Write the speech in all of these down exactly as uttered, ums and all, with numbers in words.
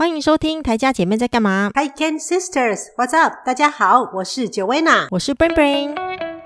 欢迎收听台家姐妹在干嘛。 Hi Ken Sisters, what's up? 大家好，我是 Joanna， 我是 Brain Brain。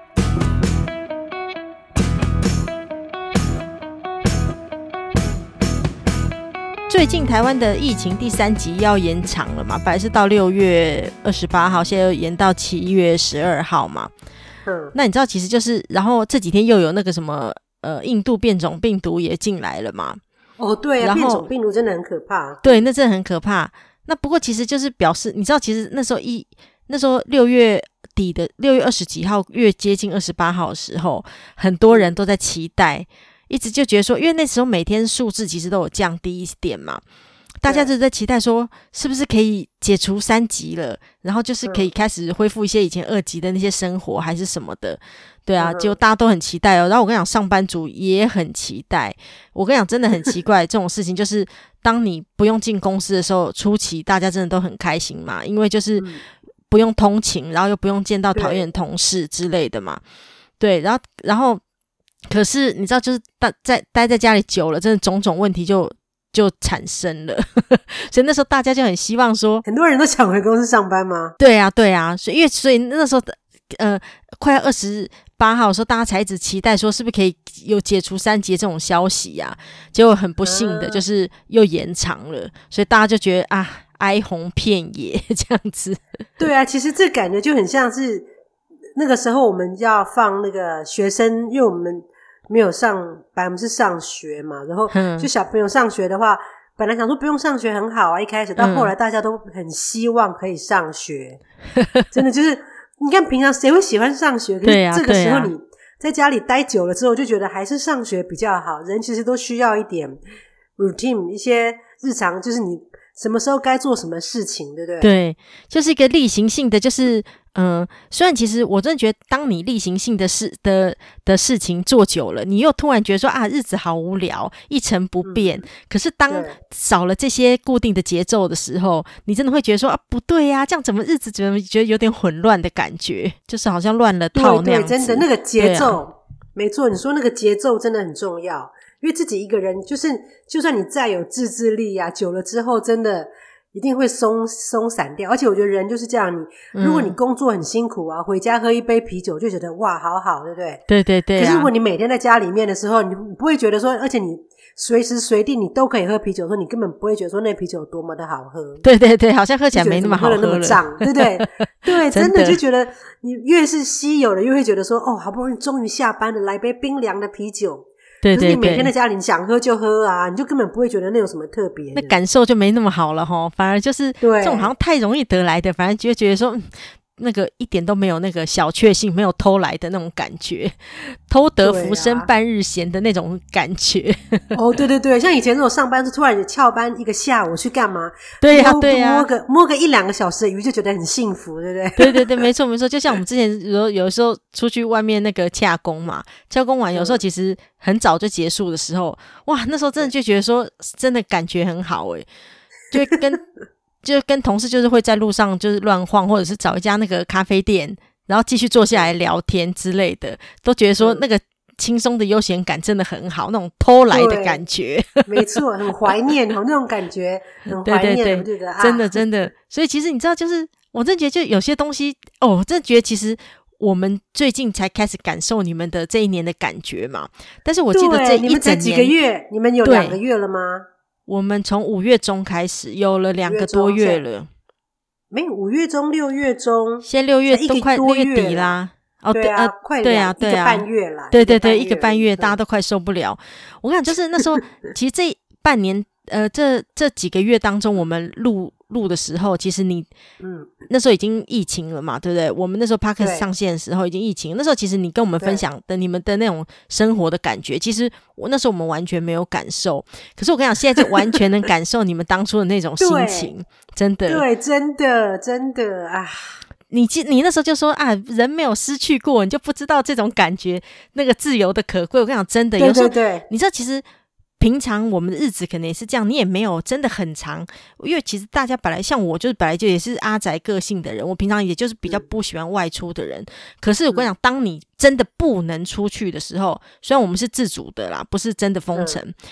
最近台湾的疫情第三级要延长了嘛，本来是到六月二十八号，现在又延到七月十二号嘛。嗯，那你知道其实就是然后这几天又有那个什么呃印度变种病毒也进来了嘛。 哦对啊，变种病毒真的很可怕。 对，那真的很可怕。那不过其实就是表示你知道其实那时候一那时候六月底的六月二十几号越接近二十八号的时候，很多人都在期待，一直就觉得说因为那时候每天数字其实都有降低一点嘛，大家就在期待说是不是可以解除三级了，然后就是可以开始恢复一些以前二级的那些生活还是什么的。对啊，结果大家都很期待哦。然后我跟你讲上班族也很期待。我跟你讲真的很奇怪这种事情就是当你不用进公司的时候，初期大家真的都很开心嘛，因为就是不用通勤，然后又不用见到讨厌的同事之类的嘛。对，然后然后可是你知道就是待在待在家里久了，真的种种问题就就产生了所以那时候大家就很希望说， 很多人都想回公司上班吗？ 对啊对啊，所以因为所以那时候呃快要二十八号的时候，大家才一直期待说是不是可以有解除三级这种消息啊，结果很不幸的就是又延长了，所以大家就觉得啊哀鸿遍野这样子。 对啊，其实这感觉就很像是那个时候我们要放那个学生，因为我们没有上本来我们是上学嘛，然后就小朋友上学的话、嗯、本来想说不用上学很好啊，一开始到后来大家都很希望可以上学、嗯、真的就是你看平常谁会喜欢上学，可是这个时候你在家里待久了之后就觉得还是上学比较好，人其实都需要一点 routine， 一些日常就是你什么时候该做什么事情，对不对？ 对，就是一个例行性的，就是嗯、呃，虽然其实我真的觉得当你例行性的事的的事情做久了，你又突然觉得说啊日子好无聊一成不变、嗯、可是当少了这些固定的节奏的时候，你真的会觉得说啊不对啊，这样怎么日子怎么觉得有点混乱的感觉，就是好像乱了套那样子。 对对，真的那个节奏、啊、没错，你说那个节奏真的很重要，因为自己一个人就是就算你再有自制力啊，久了之后真的一定会松松散掉。而且我觉得人就是这样，你如果你工作很辛苦啊、嗯、回家喝一杯啤酒就觉得哇好好，对不对？ 对对对、啊、 可是如果你每天在家里面的时候，你不会觉得说，而且你随时随地你都可以喝啤酒的时候，你根本不会觉得说那啤酒多么的好喝。 对对对，好像喝起来没那么好喝了， 喝得那么胀，对不对？对，真的就觉得你越是稀有的越会觉得说哦好不容易终于下班了，来杯冰凉的啤酒。 对对对，可是你每天在家里你想喝就喝啊，你就根本不会觉得那有什么特别的， 那感受就没那么好了齁，反而就是这种好像太容易得来的，反而就觉得说、嗯、那个一点都没有那个小确幸，没有偷来的那种感觉，偷得浮生半日闲的那种感觉、啊、 哦对对对，像以前那种上班是突然翘班一个下午去干嘛， 对呀、啊、对呀、啊， 摸个摸个一两个小时的鱼就觉得很幸福，对不对？ 对对对，没错没错，就像我们之前有有时候出去外面那个洽公嘛，洽公完有时候其实很早就结束的时候，哇那时候真的就觉得说真的感觉很好耶，就跟就跟同事就是会在路上就是乱晃，或者是找一家那个咖啡店然后继续坐下来聊天之类的，都觉得说那个轻松的悠闲感真的很好，那种偷来的感觉没错，很怀念那种感觉很怀念， 对对对对、啊、真的真的。所以其实你知道就是我真的觉得就有些东西哦，我真的觉得其实我们最近才开始感受你们的这一年的感觉嘛，但是我记得这一整年， 你们才几个月，你们有两个月了吗？ 我们从五月中开始有了两个多月了， 没有五月中六月中， 现在六月都快六月底啦，哦对啊、呃、快对啊对啊， 一个半月啦， 对对对，一个半月大家都快受不了。我跟你讲就是那时候其实这半年呃这这几个月当中我们录录的时候，其实你嗯那时候已经疫情了嘛，对不对？我们那时候 Podcast 上线的时候已经疫情，那时候其实你跟我们分享的你们的那种生活的感觉，其实我那时候我们完全没有感受，可是我跟你讲现在就完全能感受你们当初的那种心情真的对，真的真的啊， 你你那时候就说啊，人没有失去过你就不知道这种感觉，那个自由的可贵。我跟你讲真的， 对对对， 有时候你知道其实平常我们的日子可能也是这样，你也没有真的很长，因为其实大家本来像我就是本来就也是阿宅个性的人，我平常也就是比较不喜欢外出的人、嗯、可是我跟你讲、嗯、当你真的不能出去的时候，虽然我们是自主的啦，不是真的封城、嗯、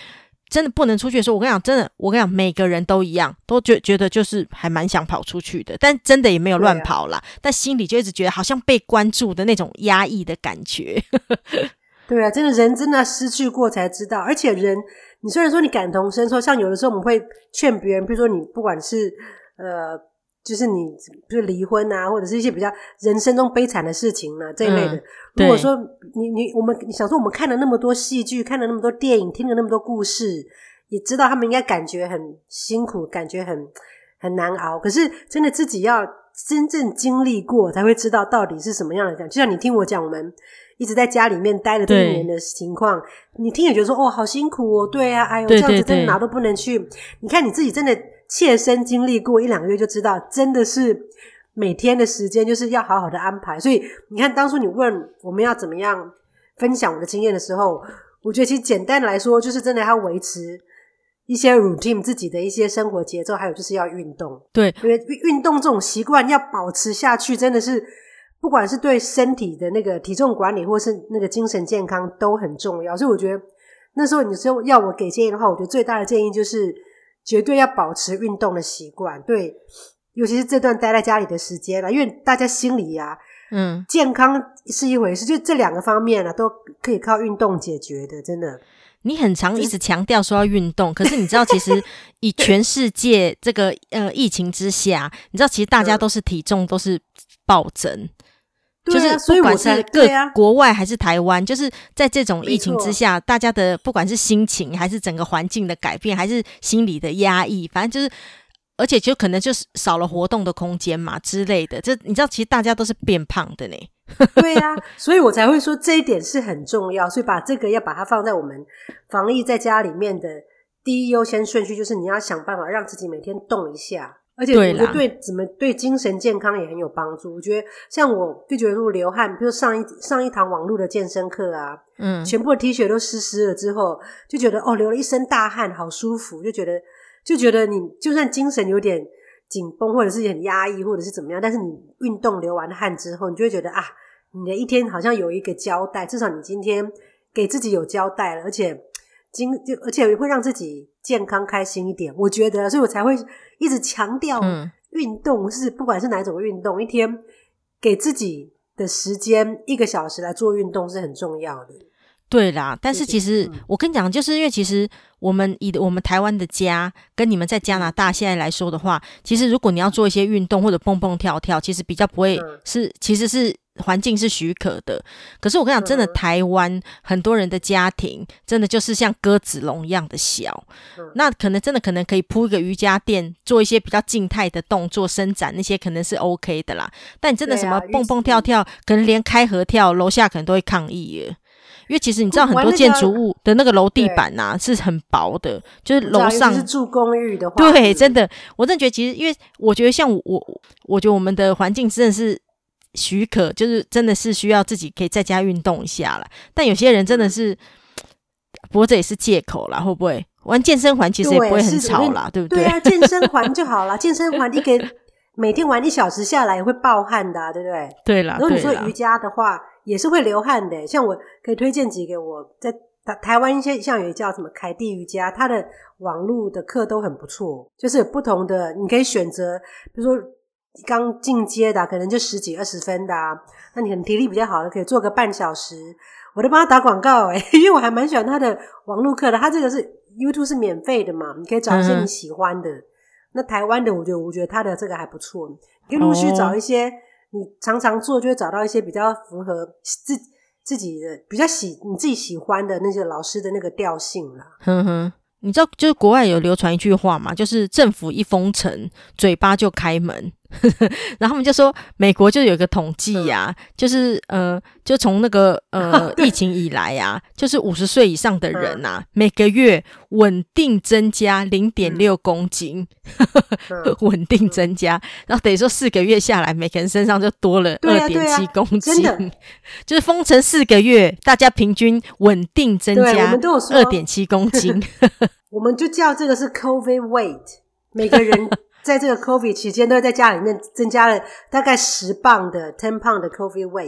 真的不能出去的时候，我跟你讲，真的，我跟你讲，每个人都一样，都觉觉得就是还蛮想跑出去的，但真的也没有乱跑啦，啊、但心里就一直觉得好像被关注的那种压抑的感觉。 对啊，真的人真的失去过才知道，而且人，你虽然说你感同身受，像有的时候我们会劝别人，比如说你不管是呃，就是你比如离婚啊，或者是一些比较人生中悲惨的事情啊这一类的。嗯、如果说你你我们你想说我们看了那么多戏剧，看了那么多电影，听了那么多故事，也知道他们应该感觉很辛苦，感觉很很难熬。可是真的自己要真正经历过，才会知道到底是什么样的感觉。就像你听我讲，我们一直在家里面待了这一年的情况，你听也觉得说哦好辛苦哦，对啊，哎呦这样子真的哪都不能去。你看你自己真的切身经历过一两个月就知道，真的是每天的时间就是要好好的安排。所以你看当初你问我们要怎么样分享我的经验的时候，我觉得其实简单来说就是真的要维持一些 routine 自己的一些生活节奏，还有就是要运动。 对， 因为运动这种习惯要保持下去，真的是不管是对身体的那个体重管理或是那个精神健康都很重要。所以我觉得那时候你说要我给建议的话，我觉得最大的建议就是绝对要保持运动的习惯。对，尤其是这段待在家里的时间啦，因为大家心里啊嗯，健康是一回事，就这两个方面啊都可以靠运动解决的，真的。 你很常一直强调说要运动，可是你知道其实以全世界这个呃疫情之下，你知道其实大家都是体重都是暴增。 对啊、 就是不管是各国外还是台湾、啊、就是在这种疫情之下，大家的不管是心情还是整个环境的改变还是心理的压抑，反正就是而且就可能就是少了活动的空间嘛之类的，这你知道其实大家都是变胖的呢。 对啊，所以我才会说这一点是很重要，所以把这个要把它放在我们防疫在家里面的第一优先顺序，就是你要想办法让自己每天动一下，而且我觉得对怎么对精神健康也很有帮助。我觉得像我就觉得如果流汗，比如上一上一堂网络的健身课啊，嗯，全部的 T 恤都湿湿了之后，就觉得哦流了一身大汗好舒服，就觉得就觉得你就算精神有点紧绷或者是很压抑或者是怎么样，但是你运动流完汗之后，你就会觉得啊你的一天好像有一个交代，至少你今天给自己有交代了，而且今而且会让自己健康开心一点，我觉得，所以我才会一直强调运动是、嗯、不管是哪一种运动，一天给自己的时间一个小时来做运动是很重要的。 对啦，但是其实、嗯、我跟你讲，就是因为其实我们以我们台湾的家跟你们在加拿大现在来说的话，其实如果你要做一些运动或者蹦蹦跳跳，其实比较不会是、嗯、其实是环境是许可的。可是我跟你讲，真的台湾很多人的家庭真的就是像鸽子笼一样的小、嗯、那可能真的可能可以铺一个瑜伽垫，做一些比较静态的动作伸展，那些可能是 OK 的啦。但你真的什么蹦蹦跳跳、啊、可能连开合跳楼下可能都会抗议了，因为其实你知道很多建筑物的那个楼地板啊是很薄的，就是楼上是住公寓的话， 对，真的我真的觉得其实因为我觉得像我我我觉得我们的环境真的是许可，就是真的是需要自己可以在家运动一下啦。但有些人真的是、嗯、不过这也是借口啦，会不会玩健身环其实也不会很吵啦， 对, 对不对？ 对啊，健身环就好啦，健身环一个每天玩一小时下来也会爆汗的、啊、对不对？ 对啦， 如果你说瑜伽的话也是会流汗的，像我可以推荐几个我在台湾一些像有一叫什么凯蒂瑜伽，它的网络的课都很不错，就是有不同的你可以选择，比如说刚进阶的、啊、可能就十几二十分的啊，那你可能体力比较好的可以做个半小时，我都帮他打广告诶、欸、因为我还蛮喜欢他的网络课的，他这个是 YouTube 是免费的嘛，你可以找一些你喜欢的、嗯、那台湾的我觉得我觉得他的这个还不错，你可以陆续找一些、哦、你常常做就会找到一些比较符合自自己的比较喜你自己喜欢的那些老师的那个调性啦。 哼哼，你知道就是国外有流传一句话嘛，就是政府一封城嘴巴就开门然后他们就说美国就有一个统计呀、啊嗯、就是呃就从那个呃疫情以来啊，就是五十岁以上的人啊、嗯、每个月稳定增加 零点六公斤、嗯、稳定增加、嗯、然后等于说四个月下来每个人身上就多了 二点七公斤、啊啊、就是封城四个月大家平均稳定增加 二点七公斤我们就叫这个是 COVID weight， 每个人在这个 COVID 期间都在家里面增加了大概十磅的十磅的 COVID weight、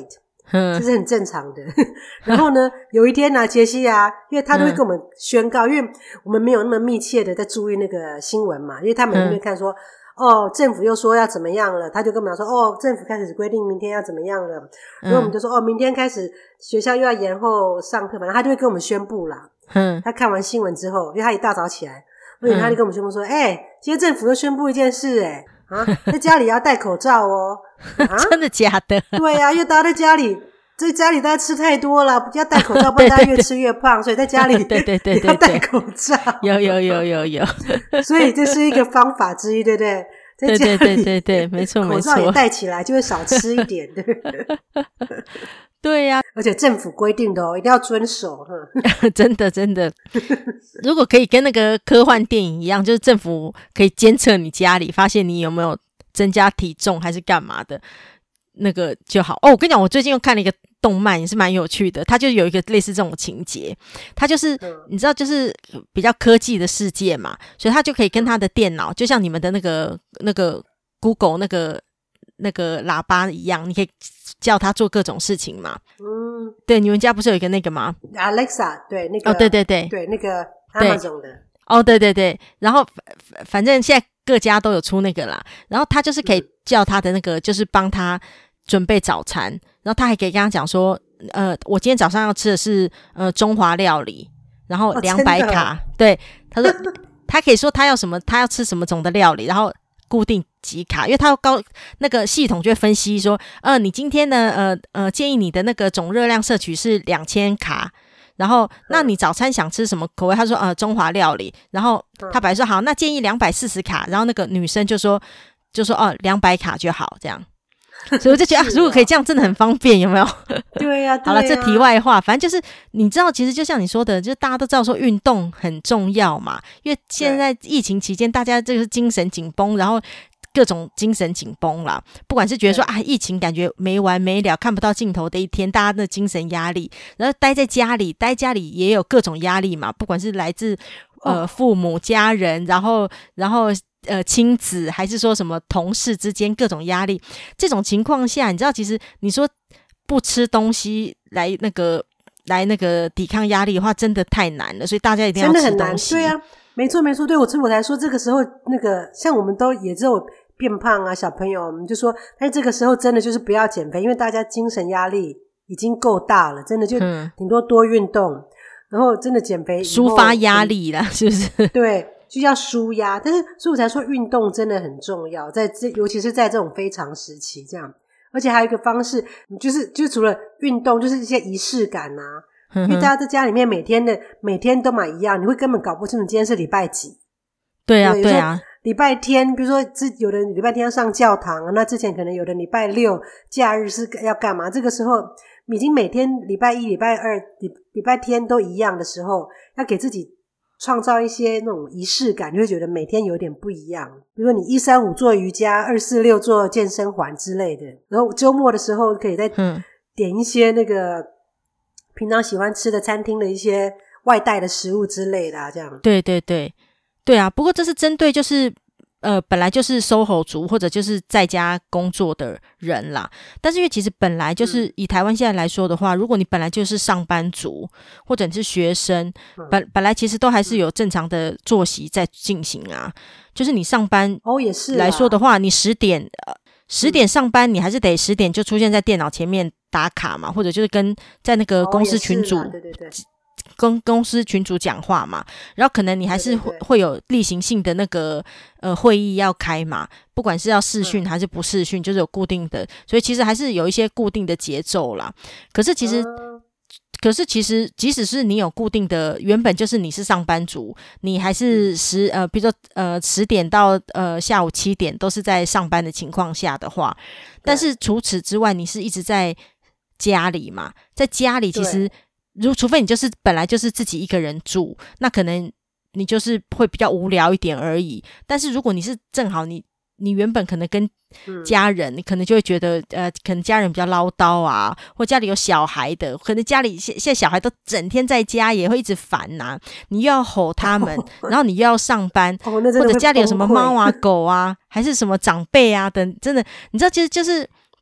这是很正常的。然后呢，有一天呢、啊，杰西啊，因为他都会跟我们宣告，嗯、因为我们没有那么密切的在注意那个新闻嘛，因为他每天会看说。嗯哦，政府又说要怎么样了，他就跟我们讲说，哦，政府开始规定明天要怎么样了，然后我们就说，哦，明天开始学校又要延后上课，反正他就会跟我们宣布啦。嗯，他看完新闻之后，因为他一大早起来，所以他就跟我们宣布说，哎、欸，今天政府又宣布一件事、欸，哎，啊，在家里要戴口罩哦， 啊，真的假的？ 对啊，因为大家在家里。在家里大家吃太多了，不要戴口罩，不然大家越吃越胖，所以在家里对对对对要戴口罩。 有有有有有， 所以这是一个方法之一，对不对？在家里对对对对对，没错没错， 口罩也戴起来就会少吃一点，对不对？ 对呀、啊， 而且政府规定的哦，一定要遵守。 真的真的，如果可以跟那个科幻电影一样，就是政府可以监测你家里，发现你有没有增加体重还是干嘛的。那个就好哦，我跟你讲，我最近又看了一个动漫，也是蛮有趣的。它就有一个类似这种情节，它就是、嗯、你知道，就是比较科技的世界嘛，所以它就可以跟它的电脑，就像你们的那个那个 Google 那个那个喇叭一样，你可以叫它做各种事情嘛。嗯，对，你们家不是有一个那个吗 ？Alexa， 对，那个哦，对对对， 对那个 Amazon 的。 哦，对对对，然后反正现在各家都有出那个啦，然后它就是可以叫它的那个，就是帮他。准备早餐，然后他还可以跟他讲说，呃，我今天早上要吃的是呃中华料理，然后两百卡，哦、对，他说他可以说他要什么，他要吃什么种的料理，然后固定几卡，因为他要高那个系统就会分析说，呃，你今天呢，呃呃，建议你的那个总热量摄取是两千卡。然后，那你早餐想吃什么口味？他说，呃，中华料理。然后他本来说好，那建议两百四十卡。然后那个女生就说，就说哦，两百卡就好，这样。所以我就觉得、啊、如果可以这样真的很方便，有没有？ 对呀、啊， 好了，这题外话，反正就是你知道，其实就像你说的，就是大家都知道说运动很重要嘛，因为现在疫情期间，大家这个精神紧绷，然后各种精神紧绷啦，不管是觉得说啊，疫情感觉没完没了，看不到尽头的一天，大家的精神压力，然后待在家里，待家里也有各种压力嘛，不管是来自呃父母、家人，然后然后。呃，亲子还是说什么同事之间各种压力，这种情况下，你知道，其实你说不吃东西来那个来那个抵抗压力的话，真的太难了，所以大家一定要吃东西。真的很难， 对啊，没错没错，对我所以我才说这个时候那个像我们都也只有变胖啊，小朋友我们就说，但是这个时候真的就是不要减肥，因为大家精神压力已经够大了，真的就顶多多运动，嗯、然后真的减肥抒发压力啦，是不是？ 对。就要舒压，但是所以我才说运动真的很重要，在这尤其是在这种非常时期这样，而且还有一个方式，就是就是除了运动，就是一些仪式感啊，嗯、因为大家在家里面每天的每天都买一样，你会根本搞不清楚今天是礼拜几。 对啊，对啊， 礼拜天，比如说有的礼拜天要上教堂，那之前可能有的礼拜六假日是要干嘛？这个时候已经每天礼拜一、礼拜二、礼礼拜天都一样的时候，要给自己。创造一些那种仪式感，你会觉得每天有点不一样。比如说你一三五做瑜伽，二四六做健身环之类的，然后周末的时候可以再点一些那个平常喜欢吃的餐厅的一些外带的食物之类的啊，这样。 对对对对啊，不过这是针对就是呃本来就是 S O H O 族或者就是在家工作的人啦，但是因为其实本来就是以台湾现在来说的话，如果你本来就是上班族或者你是学生，本本来其实都还是有正常的作息在进行啊，就是你上班哦也是来说的话，你十点呃十点上班，你还是得十点就出现在电脑前面打卡嘛，或者就是跟在那个公司群组、哦、 对对对跟公司群组讲话嘛，然后可能你还是会会有例行性的那个呃会议要开嘛，不管是要视讯还是不视讯，就是有固定的，所以其实还是有一些固定的节奏啦。可是其实、嗯、可是其实即使是你有固定的，原本就是你是上班族，你还是十呃比如说呃十点到呃下午七点都是在上班的情况下的话，但是除此之外，你是一直在家里嘛，在家里其实。如除非你就是本来就是自己一个人住，那可能你就是会比较无聊一点而已。但是如果你是正好你你原本可能跟家人，嗯、你可能就会觉得呃，可能家人比较唠叨啊，或家里有小孩的，可能家里现现在小孩都整天在家，也会一直烦呐、啊。你又要吼他们，哦、然后你又要上班， 哦、 或者家里有什么猫啊、狗啊，还是什么长辈啊等，真的，你知道，其实就是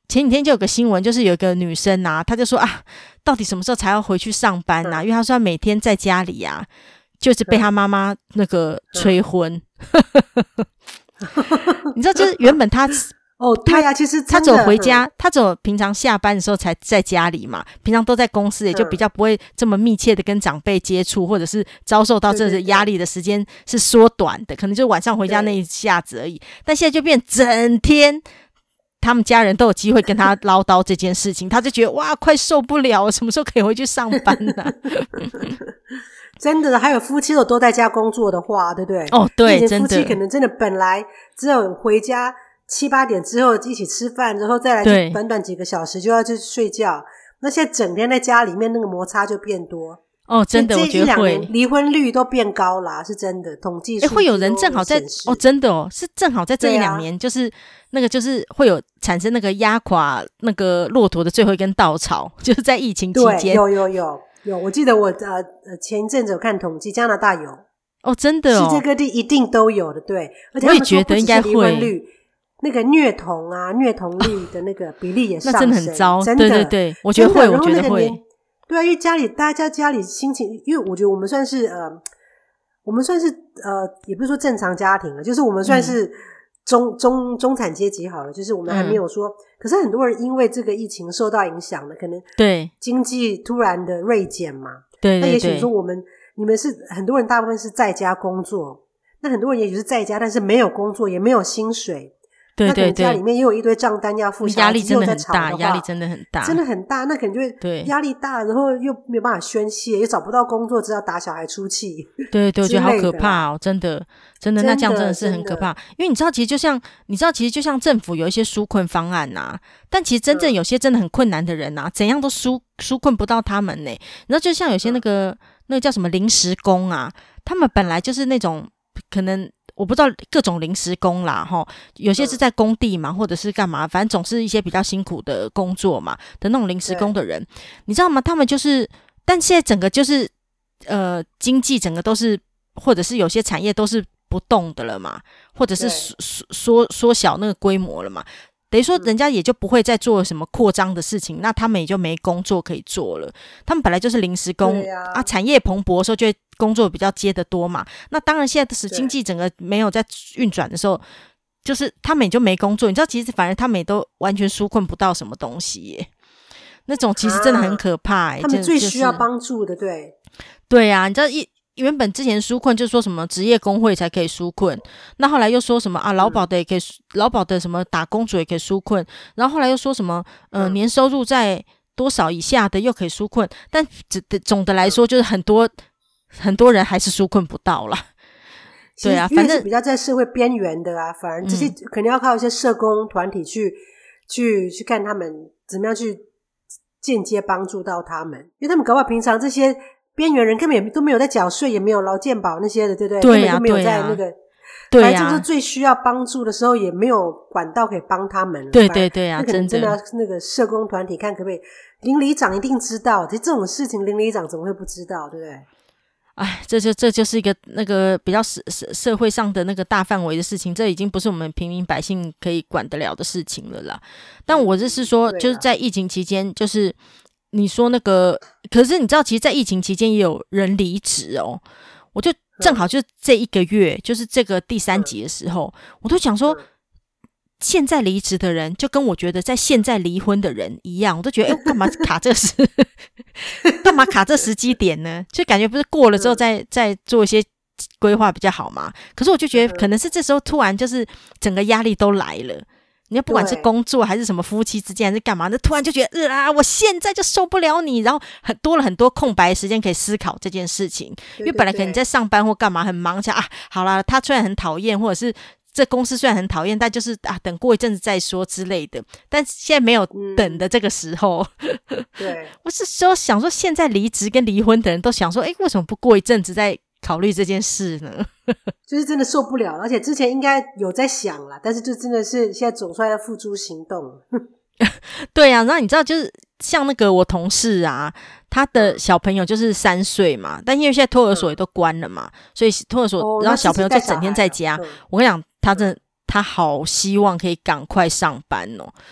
前几天就有个新闻，就是有一个女生啊，她就说啊，到底什么时候才要回去上班啊？嗯、因为她说她每天在家里啊，就是被她妈妈那个催婚。嗯、你知道，就是原本她哦，对啊，其实她走回家，她走平常下班的时候才在家里嘛，平常都在公司，也就比较不会这么密切的跟长辈接触，或者是遭受到这个压力的时间是缩短的，可能就晚上回家那一下子而已。但现在就变整天。他们家人都有机会跟他唠叨这件事情，他就觉得哇，快受不了，什么时候可以回去上班呢、啊？ 真的，还有夫妻都在家工作的话，对不对？ 哦，对，真的， 夫妻可能真的本来只有回家七八点之后一起吃饭，然后再来短短几个小时就要去睡觉。那现在整天在家里面，那个摩擦就变多。 哦，真的，我觉得会离婚率都变高啦，是真的，统计数据都显示。 会有人正好在哦，真的哦，是正好在这一两年，啊、就是那个就是会有产生那个压垮那个骆驼的最后一根稻草，就是在疫情期间。 对，有有有有，我记得我呃呃前一阵子有看统计，加拿大有哦，真的哦， 世界各地一定都有的，对，而且我也觉得应该会。 离婚率那个虐童啊，虐童率的那个比例也上升， 那真的很糟， 真的， 对对对，我觉得会，我觉得会。 对啊，因为家里大家家里心情，因为我觉得我们算是呃，我们算是呃，也不是说正常家庭了，就是我们算是中、嗯、中中产阶级好了，就是我们还没有说，嗯、可是很多人因为这个疫情受到影响了，可能对经济突然的锐减嘛， 对对对， 那也许说我们你们是很多人大部分是在家工作，那很多人也许是在家，但是没有工作，也没有薪水。 对对对， 那可能家里面也有一堆账单要付， 压力真的很大，压力真的很大， 真的很大。那可能就会压力大，然后又没有办法宣泄，又找不到工作，只好打小孩出气。 对对，我觉得好可怕哦，真的真的，那这样真的是很可怕。因为你知道，其实就像你知道，其实就像政府有一些纾困方案呐、啊，但其实真正有些真的很困难的人呐、啊，怎样都纾纾困不到他们呢。你知道，就像有些那个、嗯、那个叫什么临时工啊，他们本来就是那种可能。我不知道各种临时工啦齁，有些是在工地嘛，或者是干嘛，反正总是一些比较辛苦的工作嘛的那种临时工的人，你知道吗？他们就是，但现在整个就是呃经济整个都是，或者是有些产业都是不动的了嘛，或者是缩缩缩小那个规模了嘛。等于说人家也就不会再做什么扩张的事情、嗯、那他们也就没工作可以做了。他们本来就是临时工 啊, 啊产业蓬勃的时候就会工作比较接得多嘛，那当然现在是经济整个没有在运转的时候，就是他们也就没工作。你知道其实反而他们也都完全纾困不到什么东西耶，那种其实真的很可怕耶、啊、 他们最需要帮助的。对对啊，你知道一原本之前纾困就说什么职业工会才可以纾困，那后来又说什么啊劳保的也可以、嗯、劳保的什么打工族也可以纾困，然后后来又说什么呃、嗯、年收入在多少以下的又可以纾困，但总的来说就是很多、嗯、很多人还是纾困不到啦。对啊，反正比较在社会边缘的啊，反而这些可能要靠一些社工团体去、嗯、去去看他们怎么样去间接帮助到他们，因为他们搞不好平常这些边缘人根本也都没有在缴税，也没有劳健保那些的，对不对？ 对呀、啊， 根本都没有在那个， 对呀、啊， 反正就是最需要帮助的时候，也没有管道可以帮他们了。 对对对啊， 那可能真的要那个社工团体看可不可以，邻里长一定知道，其实这种事情邻里长怎么会不知道，对不对？ 哎，这就这就是一个那个比较社社会上的那个大范围的事情，这已经不是我们平民百姓可以管得了的事情了啦。但我就是说，嗯、就是在疫情期间，就是你说那个，可是你知道，其实，在疫情期间也有人离职哦。我就正好就这一个月，嗯、就是这个第三集的时候，嗯、我都想说。嗯现在离职的人就跟我觉得在现在离婚的人一样，我都觉得哎，干嘛卡这个时干嘛卡这时机点呢？就感觉不是过了之后再、嗯、再做一些规划比较好嘛。可是我就觉得可能是这时候突然就是整个压力都来了，你要不管是工作还是什么夫妻之間还是干嘛，那突然就觉得呃啊，我现在就受不了你，然后很多了很多空白时间可以思考这件事情。对对对，因为本来可能你在上班或干嘛很忙，想啊，好啦，他虽然很讨厌，或者是这公司虽然很讨厌，但就是啊，等过一阵子再说之类的。但现在没有等的这个时候，嗯、对，我是说想说，现在离职跟离婚的人都想说，哎，为什么不过一阵子再考虑这件事呢？ 就是真的受不了，而且之前应该有在想啦，但是就真的是现在总算要付诸行动。 对啊，然后你知道，就是像那个我同事啊，他的小朋友就是三岁嘛，但因为现在托儿所也都关了嘛，嗯、所以托儿所、哦、然后小朋友就整天在家。嗯、我跟你讲，他真的他好希望可以赶快上班哦。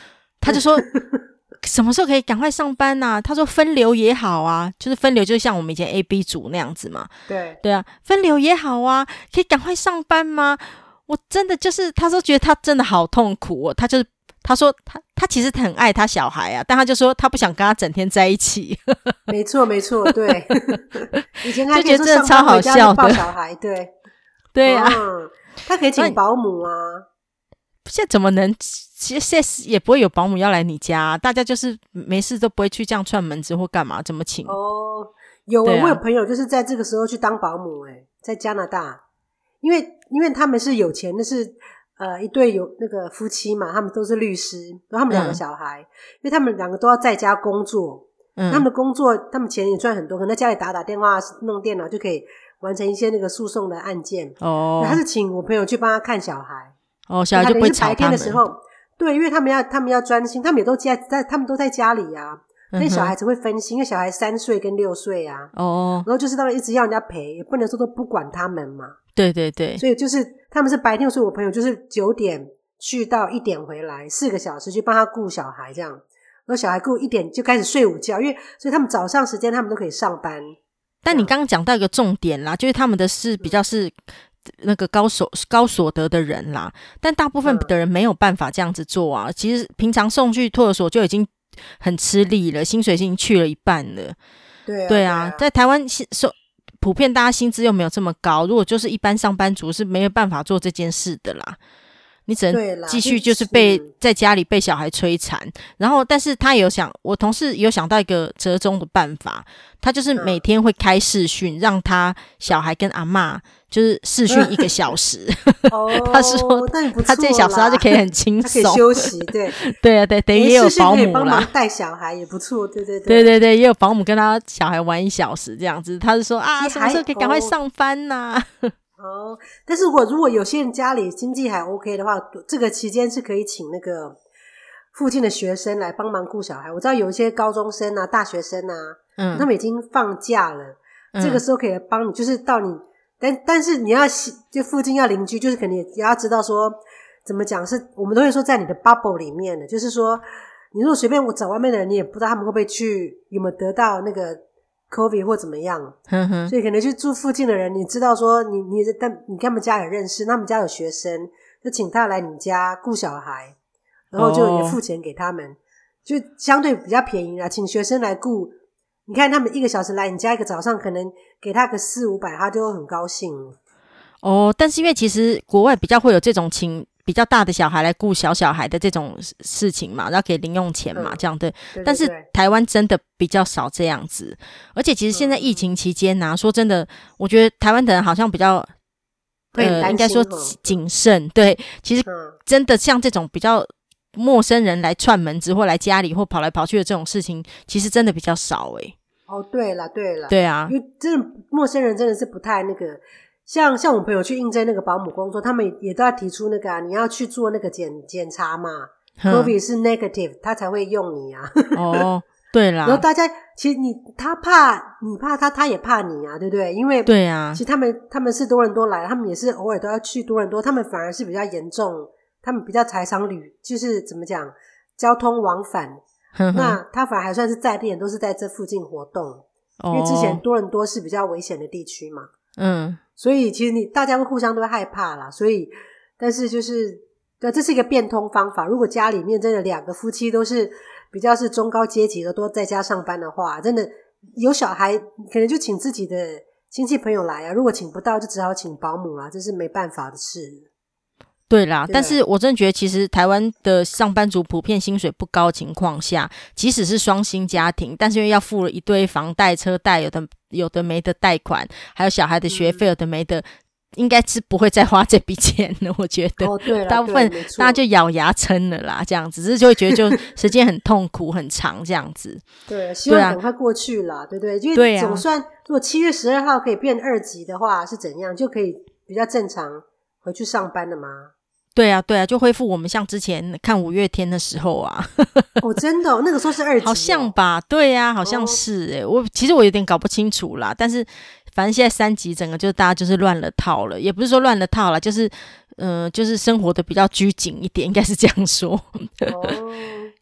他就说什么时候可以赶快上班啊？他说分流也好啊，就是分流就像我们以前 A B 组那样子嘛。 对对啊，分流也好啊，可以赶快上班吗？我真的就是他说觉得他真的好痛苦哦，他就是他说他他其实很爱他小孩啊，但他就说他不想跟他整天在一起。 没错没错，对。以前他就觉得真的超好笑的， 抱小孩，对对啊、 嗯，他可以请保姆啊。 现在怎么能？其实现在也不会有保姆要来你家、啊，大家就是没事都不会去这样串门子或干嘛，怎么请？ 哦，有、欸啊、我有朋友就是在这个时候去当保姆、欸，在加拿大，因为因为他们是有钱的是呃一对有那个夫妻嘛，他们都是律师，然后他们两个小孩、嗯，因为他们两个都要在家工作，嗯，他们的工作他们钱也赚很多，可能在家里打打电话、弄电脑就可以完成一些那个诉讼的案件。哦，他是请我朋友去帮他看小孩。哦，小孩就不会吵他们。白天的时候，对，因为他们要他们要专心，他们也都在在，他们都在家里啊。所以小孩子会分心，因为小孩三岁跟六岁啊。哦。然后就是他们一直要人家陪，也不能说都不管他们嘛。 对对对。 所以就是他们是白天，所以我朋友就是九点去到一点回来，四个小时去帮他顾小孩这样。然后小孩顾一点就开始睡午觉，因为所以他们早上时间他们都可以上班。 但你刚刚讲到一个重点啦，就是他们的是比较是。那个高所高所得的人啦，但大部分的人没有办法这样子做啊。嗯、其实平常送去托儿所就已经很吃力了，薪水已经去了一半了。 对啊， 对啊，在台湾普遍大家薪资又没有这么高，如果就是一般上班族是没有办法做这件事的啦。你只能继续就是被在家里被小孩摧残，然后但是他有想，我同事有想到一个折中的办法，他就是每天会开视讯，让他小孩跟阿嬷就是视讯一个小时。 哦， 他说他这小时他就可以很轻松， 他可以休息，对对啊，对，等于也有保姆啦， 帮忙带小孩也不错，对对对对对对，也有保姆跟他小孩玩一小时这样子。他是说啊，什么时候可以赶快上班呐、啊？ 哦，但是如果如果有些人家里经济还 OK 的话，这个期间是可以请那个附近的学生来帮忙顾小孩。我知道有一些高中生啊、大学生啊，嗯，他们已经放假了，嗯、这个时候可以来帮你，就是到你，但但是你要就附近要邻居，就是肯定也要知道说怎么讲，是我们都会说在你的 bubble 里面的，就是说你如果随便我找外面的人，你也不知道他们会不会去有没有得到那个。COVID 或怎么样，呵呵，所以可能去住附近的人，你知道说你你但你跟他们家有认识，他们家有学生，就请他来你家顾小孩，然后就也付钱给他们，哦、就相对比较便宜啦。请学生来顾，你看他们一个小时来你家一个早上，可能给他个四五百，他就很高兴。 哦，但是因为其实国外比较会有这种请。比较大的小孩来顾小小孩的这种事情嘛，然后给零用钱嘛、嗯、这样对，对对对，但是台湾真的比较少这样子，而且其实现在疫情期间啊、嗯、说真的我觉得台湾的人好像比较呃应该说谨慎，对，其实真的像这种比较陌生人来串门子或来家里或跑来跑去的这种事情其实真的比较少诶、欸、 哦对啦对啦， 对啊， 因为真的陌生人真的是不太那个，像像我朋友去应征那个保姆工作，他们也都要提出那个啊，你要去做那个检检查嘛 ，COVID 是 negative， 他才会用你啊。 哦，对啦。 然后大家其实你他怕你怕他，他也怕你啊，对不对？因为对啊， 其实他们他们是多伦多来，他们也是偶尔都要去多伦多，他们反而是比较严重，他们比较常常旅，就是怎么讲交通往返。那他反而还算是在地人，都是在这附近活动，哦、因为之前多伦多是比较危险的地区嘛。嗯。所以其实你大家会互相都会害怕啦，所以但是就是对，这是一个变通方法。如果家里面真的两个夫妻都是比较是中高阶级的，都在家上班的话，真的有小孩可能就请自己的亲戚朋友来啊，如果请不到就只好请保姆啦，这是没办法的事。 对啦，但是我真的觉得其实台湾的上班族普遍薪水不高的情况下，即使是双薪家庭，但是因为要付了一堆房贷车贷，有的有的没的贷款，还有小孩的学费、嗯、有的没的，应该是不会再花这笔钱了，我觉得。 哦，对啦， 大部分大家就咬牙撑了啦，这样子，只是就会觉得就时间很痛苦很长这样子。 对，希望赶快过去啦，对不对？因为总算如果七月十二号可以变二级的话是怎样，就可以比较正常回去上班了吗？ 对啊对啊，就恢复我们像之前看五月天的时候啊。 哦，真的、哦、那个时候是二级、哦、 好像吧，对啊，好像是耶、哦、我其实我有点搞不清楚啦，但是反正现在三级整个就大家就是乱了套了，也不是说乱了套啦，就是嗯、呃，就是生活的比较拘谨一点，应该是这样说。哦，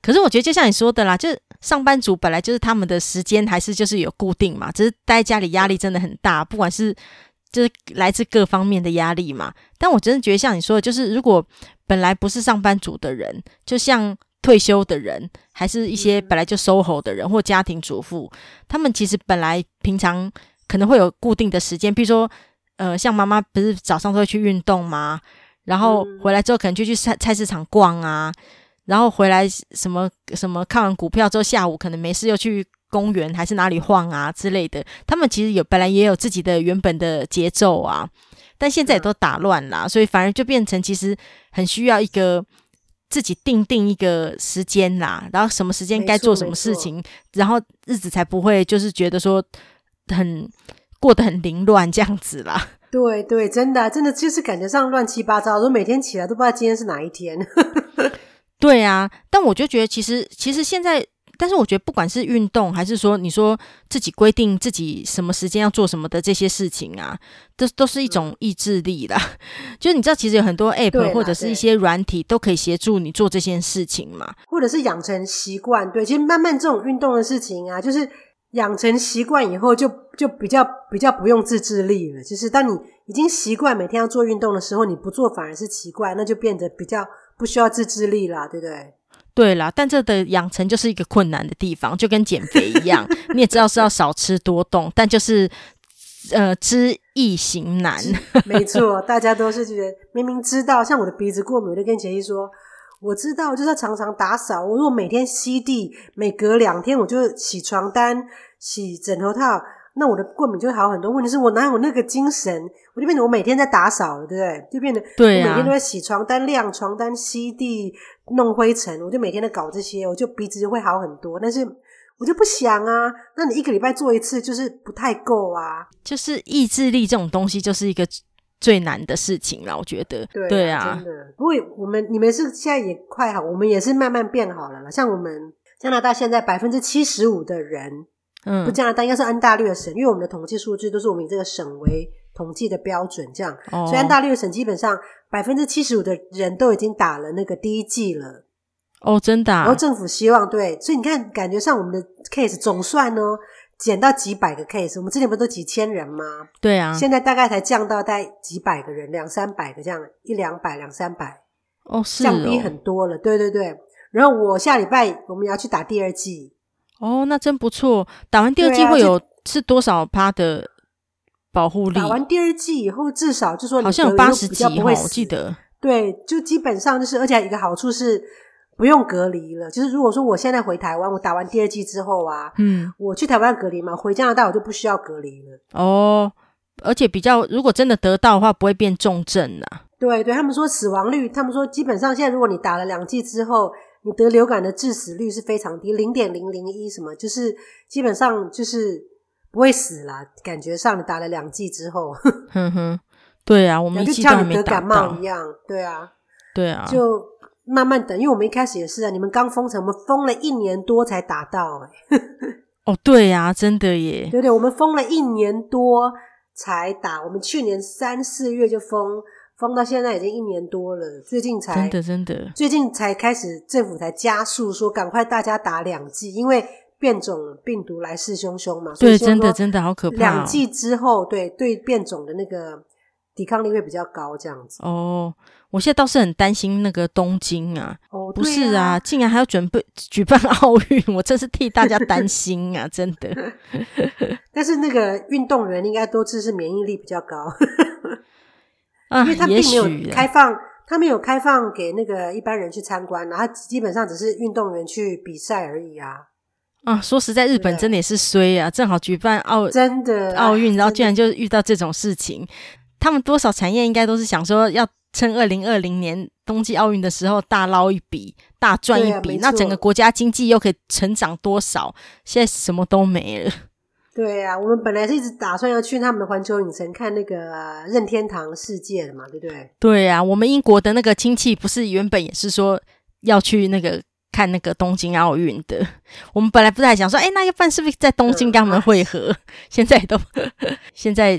可是我觉得就像你说的啦，就是上班族本来就是他们的时间还是就是有固定嘛，只是待在家里压力真的很大，不管是就是来自各方面的压力嘛。但我真的觉得像你说的，就是如果本来不是上班族的人，就像退休的人，还是一些本来就 S O H O 的人或家庭主妇，他们其实本来平常可能会有固定的时间，比如说呃，像妈妈不是早上都会去运动吗？然后回来之后可能就去菜菜市场逛啊，然后回来什么什么看完股票之后，下午可能没事又去公园还是哪里晃啊之类的。他们其实有本来也有自己的原本的节奏啊，但现在也都打乱啦，所以反而就变成其实很需要一个自己定定一个时间啦，然后什么时间该做什么事情，然后日子才不会就是觉得说很过得很凌乱这样子啦。 对对，真的、啊、真的就是感觉上乱七八糟，都每天起来都不知道今天是哪一天。 对啊，但我就觉得其实其实现在，但是我觉得不管是运动还是说你说自己规定自己什么时间要做什么的这些事情啊，都都是一种意志力啦。就是你知道其实有很多 app 或者是一些软体都可以协助你做这件事情嘛， 或者是养成习惯。对，其实慢慢这种运动的事情啊，就是养成习惯以后就就比较比较不用自制力了。就是当你已经习惯每天要做运动的时候，你不做反而是奇怪，那就变得比较不需要自制力啦，对不对？ 对啦，但这的养成就是一个困难的地方，就跟减肥一样你也知道是要少吃多动，但就是呃知易行难。 没错，大家都是觉得明明知道，像我的鼻子过敏，我就跟杰西说我知道就是要常常打扫，我如果每天吸地，每隔两天我就洗床单洗枕头套，那我的过敏就会好很多。问题是我哪有那个精神，我就变成我每天在打扫了，对不对？就变得对啊， 我每天都在洗床单、晾床单、吸地、弄灰尘，我就每天在搞这些，我就鼻子就会好很多。但是我就不想啊，那你一个礼拜做一次就是不太够啊。 就是意志力这种东西就是一个最难的事情啦，我觉得。 对啊， 对啊， 真的。不过我们你们是现在也快好，我们也是慢慢变好了啦。像我们加拿大现在 百分之七十五 的人，嗯，不加拿大应该是安大略省，因为我们的统计数据都是我们以这个省为统计的标准这样，哦，所以安大略省基本上 百分之七十五 的人都已经打了那个第一剂了。 哦，真的啊？ 然后政府希望，对，所以你看感觉上我们的 case 总算呢减到几百个 case， 我们之前不是都几千人吗？ 对啊， 现在大概才降到大概几百个人，两三百个这样，一两百两三百。 哦，是哦， 降低很多了。对对对，然后我下礼拜我们要去打第二剂。 哦，那真不错。打完第二剂会有，啊，是多少趴的保护力？ 打完第二剂以后至少就说你好像有八十几不会死，我记得。 对，就基本上就是，而且还有一个好处是不用隔离了。就是如果说我现在回台湾，我打完第二剂之后啊，嗯，我去台湾隔离嘛，回加拿大我就不需要隔离了。 哦，而且比较，如果真的得到的话，不会变重症啦。 对对，他们说死亡率，他们说基本上现在如果你打了两剂之后，你得流感的致死率是非常低， 零点零零一 什么，就是基本上就是不会死啦，感觉上你打了两剂之后。哼哼， 对啊，我们一剂都还没打到， 就像你得感冒一样。对啊， 对啊， 就慢慢等，因为我们一开始也是啊，你们刚封城，我们封了一年多才打到欸。 哦，对啊，真的耶。 对对，我们封了一年多才打，我们去年三四月就封，封到现在已经一年多了，最近才真的真的， 最近才开始政府才加速说赶快大家打两剂，因为变种病毒来势汹汹嘛。 对，真的真的好可怕，哦。 两剂之后，对对变种的那个抵抗力会比较高，这样子。 哦，我现在倒是很担心那个东京啊。 哦， 不是啊，竟然还要准备举办奥运，我真是替大家担心啊，真的。 但是那个运动员应该都只是免疫力比较高。 啊， 因为他并没有开放，他没有开放给那个一般人去参观，然后他基本上只是运动员去比赛而已啊。 啊，说实在，日本真的也是衰啊，正好举办奥真的奥运，然后居然就遇到这种事情。他们多少产业应该都是想说，要趁二零二零年冬季奥运的时候大捞一笔，大赚一笔，啊，那整个国家经济又可以成长多少？现在什么都没了。 对啊，我们本来是一直打算要去他们的环球影城看那个任天堂世界的嘛，对不对？ 对啊，我们英国的那个亲戚不是原本也是说要去那个看那个东京奥运的，我们本来不是还想说，哎，那要不然是不是在东京跟他们会合？嗯，现在都现在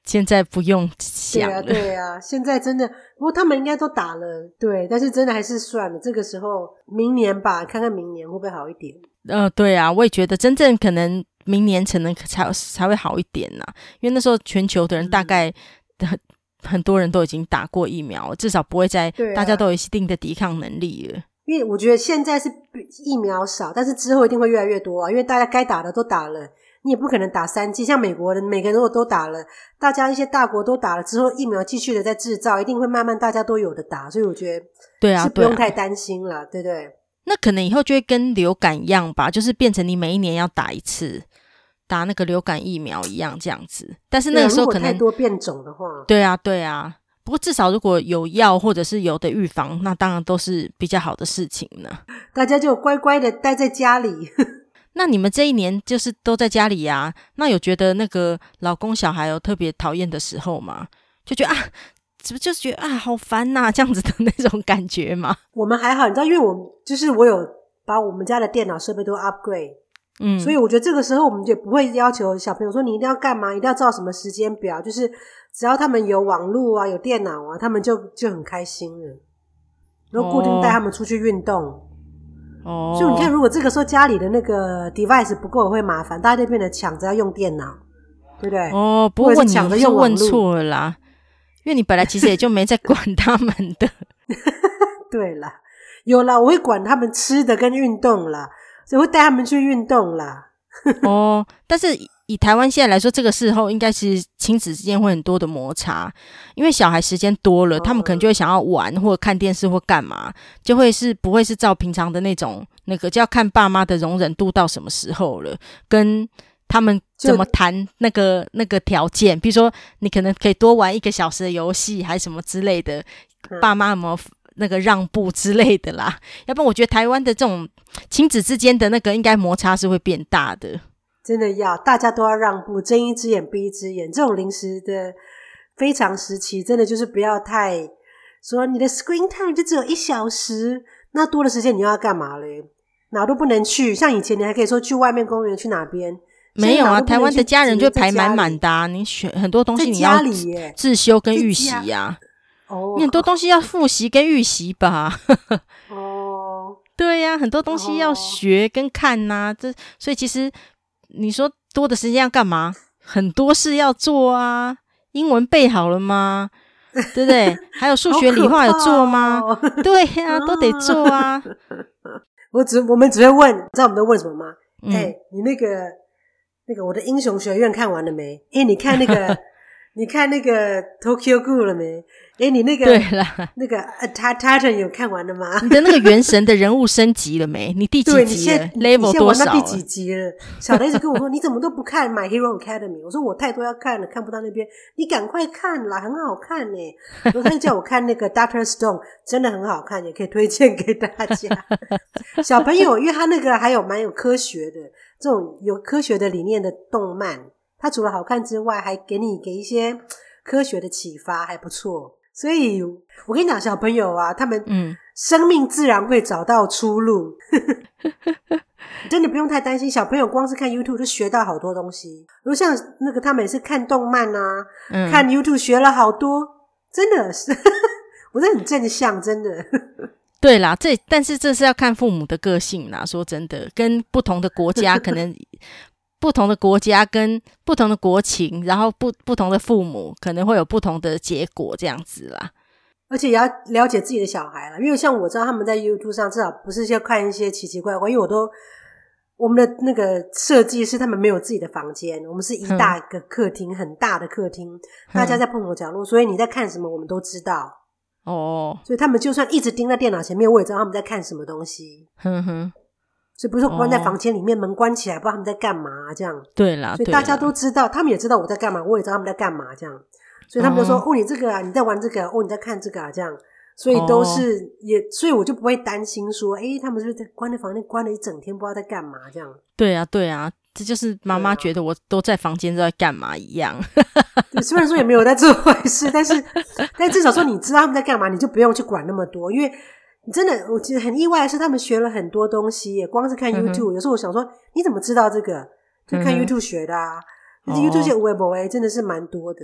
现在不用想了。 对啊对啊，现在真的，不过他们应该都打了，对，但是真的还是算了，这个时候明年吧，看看明年会不会好一点。 呃，对啊，我也觉得真正可能明年可能才才会好一点啦，因为那时候全球的人大概很、嗯、很多人都已经打过疫苗，至少不会在、啊、大家都有一定的抵抗能力了。 因为我觉得现在是疫苗少，但是之后一定会越来越多啊，因为大家该打的都打了，你也不可能打三剂，像美国人每个人如果都打了，大家一些大国都打了之后，疫苗继续的在制造，一定会慢慢大家都有的打，所以我觉得对啊，是不用太担心啦，对不对？ 那可能以后就会跟流感一样吧，就是变成你每一年要打一次，打那个流感疫苗一样这样子。但是那个时候可能、 啊、如果太多变种的话， 对啊对啊。不过至少如果有药或者是有的预防，那当然都是比较好的事情呢。 大家就乖乖的待在家里。 那你们这一年就是都在家里啊？那有觉得那个老公小孩有特别讨厌的时候吗？就觉得啊，是不是就是觉得啊好烦呐、啊、这样子的那种感觉吗？ 我们还好，你知道，因为我就是我有把我们家的电脑设备都 upgrade， 嗯，所以我觉得这个时候我们也不会要求小朋友说你一定要干嘛，一定要照什么时间表，就是只要他们有网络啊，有电脑啊，他们就就很开心了。然后固定带他们出去运动。哦，所以你看，如果这个时候家里的那个 device 不够会麻烦，大家就变得抢着要用电脑，对不对？ 哦，不过你是问错了啦，因为你本来其实也就没在管他们的。 对啦，有啦，我会管他们吃的跟运动啦，所以会带他们去运动啦。 哦，但是以台湾现在来说，这个时候应该是亲子之间会很多的摩擦，因为小孩时间多了、哦、他们可能就会想要玩或者看电视或干嘛，就会是不会是照平常的那种那个，就要看爸妈的容忍度到什么时候了，跟他们怎么谈那个那个条件，比如说你可能可以多玩一个小时的游戏还是什么之类的、嗯、爸妈有没有那个让步之类的啦，要不然我觉得台湾的这种亲子之间的那个应该摩擦是会变大的。 真的要大家都要让步，睁一只眼闭一只眼，这种临时的非常时期真的就是不要太说你的 screen time 就只有一小时，那多的时间你要干嘛嘞？哪都不能去，像以前你还可以说去外面公园去哪边， 没有啊，台湾的家人就排满满的啊，你选很多东西你要自修跟预习啊，哦，你很多东西要复习跟预习吧。哦，对呀、啊，很多东西要学跟看啊，这所以其实你说多的时间要干嘛？很多事要做啊，英文背好了吗？对不对？还有数学理化有做吗？哦、对呀、啊，都得做啊。 我只我们只会问，你知道我们都问什么吗？哎、嗯欸，你那个那个我的英雄学院看完了没？哎、欸，你看那个你看那个 Tokyo Ghoul 了没？哎、欸，你那个对啦， 那个 Titan 有看完了吗？ 你的那个原神的人物升级了没？你第几集了 ？Level 多少了？ 你现在玩到第几集了？小的一直跟我说，你怎么都不看 My Hero Academy？ 我说我太多要看了，看不到那边，你赶快看啦，很好看耶。然后他就叫我看那个 Doctor Stone， 真的很好看，也可以推荐给大家。小朋友，因为他那个还有蛮有科学的这种有科学的理念的动漫，它除了好看之外，还给你给一些科学的启发，还不错。所以我跟你讲，小朋友啊，他们嗯，生命自然会找到出路。真的不用太担心，小朋友光是看 YouTube 就学到好多东西。如果像那个他们也是看动漫啊、嗯、看 YouTube 学了好多，真的是我真的很正向，真的。 对啦，这但是这是要看父母的个性啦，说真的，跟不同的国家可能不同的国家跟不同的国情，然后不不同的父母可能会有不同的结果这样子啦。 而且也要了解自己的小孩啦，因为像我知道他们在 YouTube 上至少不是要看一些奇奇怪怪，因为我都我们的那个设计是他们没有自己的房间，我们是一大个客厅、嗯、很大的客厅，大家在不同的角落、嗯、所以你在看什么我们都知道哦。所以他们就算一直盯在电脑前面，我也知道他们在看什么东西。哼哼，所以不是说关在房间里面、哦、门关起来不知道他们在干嘛、啊、这样。 对啦， 所以大家都知道，他们也知道我在干嘛，我也知道他们在干嘛这样。所以他们就说、哦、哦你这个啊你在玩这个、啊、哦你在看这个啊这样。所以都是、哦、也所以我就不会担心说诶他们是不是在关在房间关了一整天不知道在干嘛这样。 对啊对啊，这就是妈妈觉得我都在房间都在干嘛一样。 对，虽然说也没有在做坏事，但是但至少说你知道他们在干嘛，你就不用去管那么多，因为你真的我觉得很意外的是他们学了很多东西耶，光是看 YouTube、嗯、有时候我想说你怎么知道这个，就看 YouTube 学的啊、嗯、YouTube 些微博真的是蛮多的。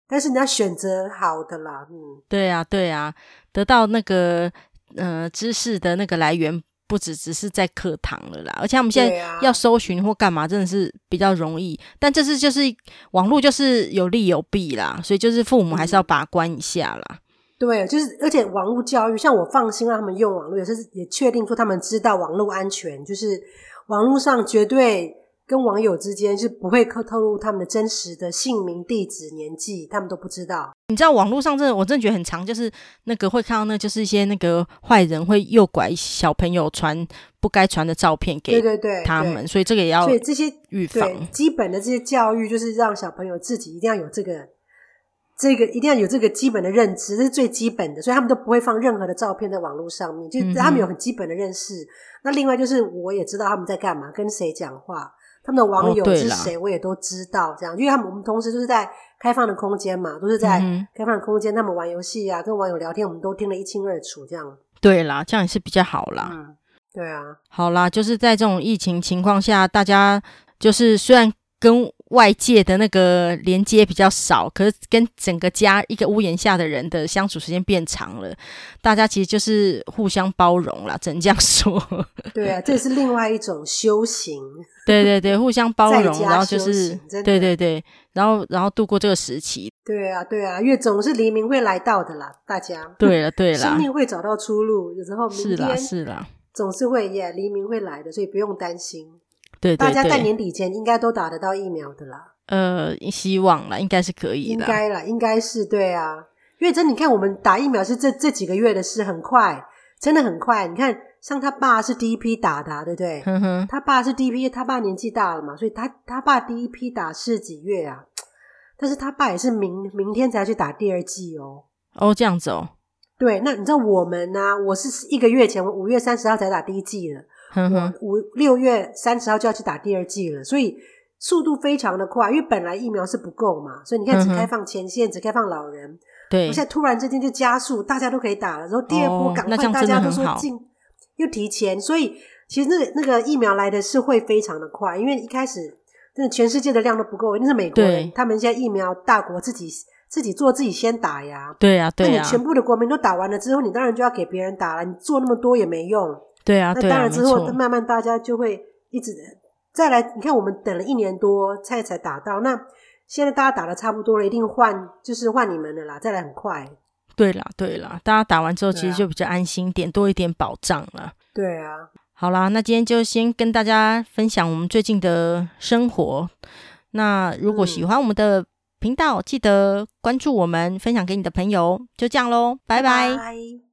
但是你要选择好的啦。嗯， 对啊对啊，得到那个呃知识的那个来源不只只是在课堂了啦，而且他们现在要搜寻或干嘛真的是比较容易，但这是就是网络就是有利有弊啦，所以就是父母还是要把关一下啦。嗯， 对，就是而且网络教育，像我放心让他们用网络，也是也确定说他们知道网络安全，就是网络上绝对跟网友之间是不会透露他们的真实的姓名、地址、年纪，他们都不知道。 你知道网络上真的，我真的觉得很常，就是那个会看到那就是一些那个坏人会诱拐小朋友传不该传的照片给他们， 对对对对， 所以这个也要所以这些预防。 对基本的这些教育，就是让小朋友自己一定要有这个这个一定要有这个基本的认知，这是最基本的，所以他们都不会放任何的照片在网络上面，就是他们有很基本的认识。嗯，那另外就是我也知道他们在干嘛，跟谁讲话，他们的网友是谁，我也都知道，这样，因为他们我们同时都是在开放的空间嘛，都是在开放的空间，他们玩游戏啊，跟网友聊天，我们都听得一清二楚，这样。 对啦，这样也是比较好啦。 嗯，对啊。 好啦，就是在这种疫情情况下，大家就是虽然跟外界的那个连接比较少，可是跟整个家一个屋檐下的人的相处时间变长了，大家其实就是互相包容啦，只能这样说。 对啊，这是另外一种修行。 对对对，互相包容，然后就是对对对，然后然后度过这个时期。 对啊对啊，因为总是黎明会来到的啦，大家。 对了对了， 生命会找到出路，有时候明天是啦是啦， 总是会耶，黎明会来的，所以不用担心。 对对对， 大家在年底前应该都打得到疫苗的啦。 呃，希望啦，应该是可以的。 应该啦，应该是对啊。因为真的，你看我们打疫苗是这这几个月的事，很快，真的很快。你看，像他爸是第一批打的、啊，对不对？ 哼哼， 他爸是第一批，他爸年纪大了嘛，所以他他爸第一批打是几月啊？但是他爸也是明明天才要去打第二剂哦。 哦，这样子哦。 对，那你知道我们呢、啊？我是一个月前，我五月三十号才打第一剂了。我五六月三十号就要去打第二剂了，所以速度非常的快，因为本来疫苗是不够嘛，所以你看只开放前线、嗯、只开放老人， 对， 我现在突然之间就加速，大家都可以打了，然后第二波赶快、哦、大家都说进又提前，所以其实那个那个疫苗来的是会非常的快，因为一开始真的全世界的量都不够，一定是美国人，他们现在疫苗大国自己自己做自己先打呀， 对啊对啊， 那你全部的国民都打完了之后，你当然就要给别人打了，你做那么多也没用。 对啊， 那当然之后慢慢大家就会一直再来，你看我们等了一年多才才打到，那现在大家打的差不多了，一定换就是换你们了啦，再来很快。 对啦对啦，大家打完之后其实就比较安心点、啊、多一点保障了。 对啊， 好啦，那今天就先跟大家分享我们最近的生活，那如果喜欢我们的频道、嗯、记得关注我们，分享给你的朋友，就这样咯，拜拜。拜拜。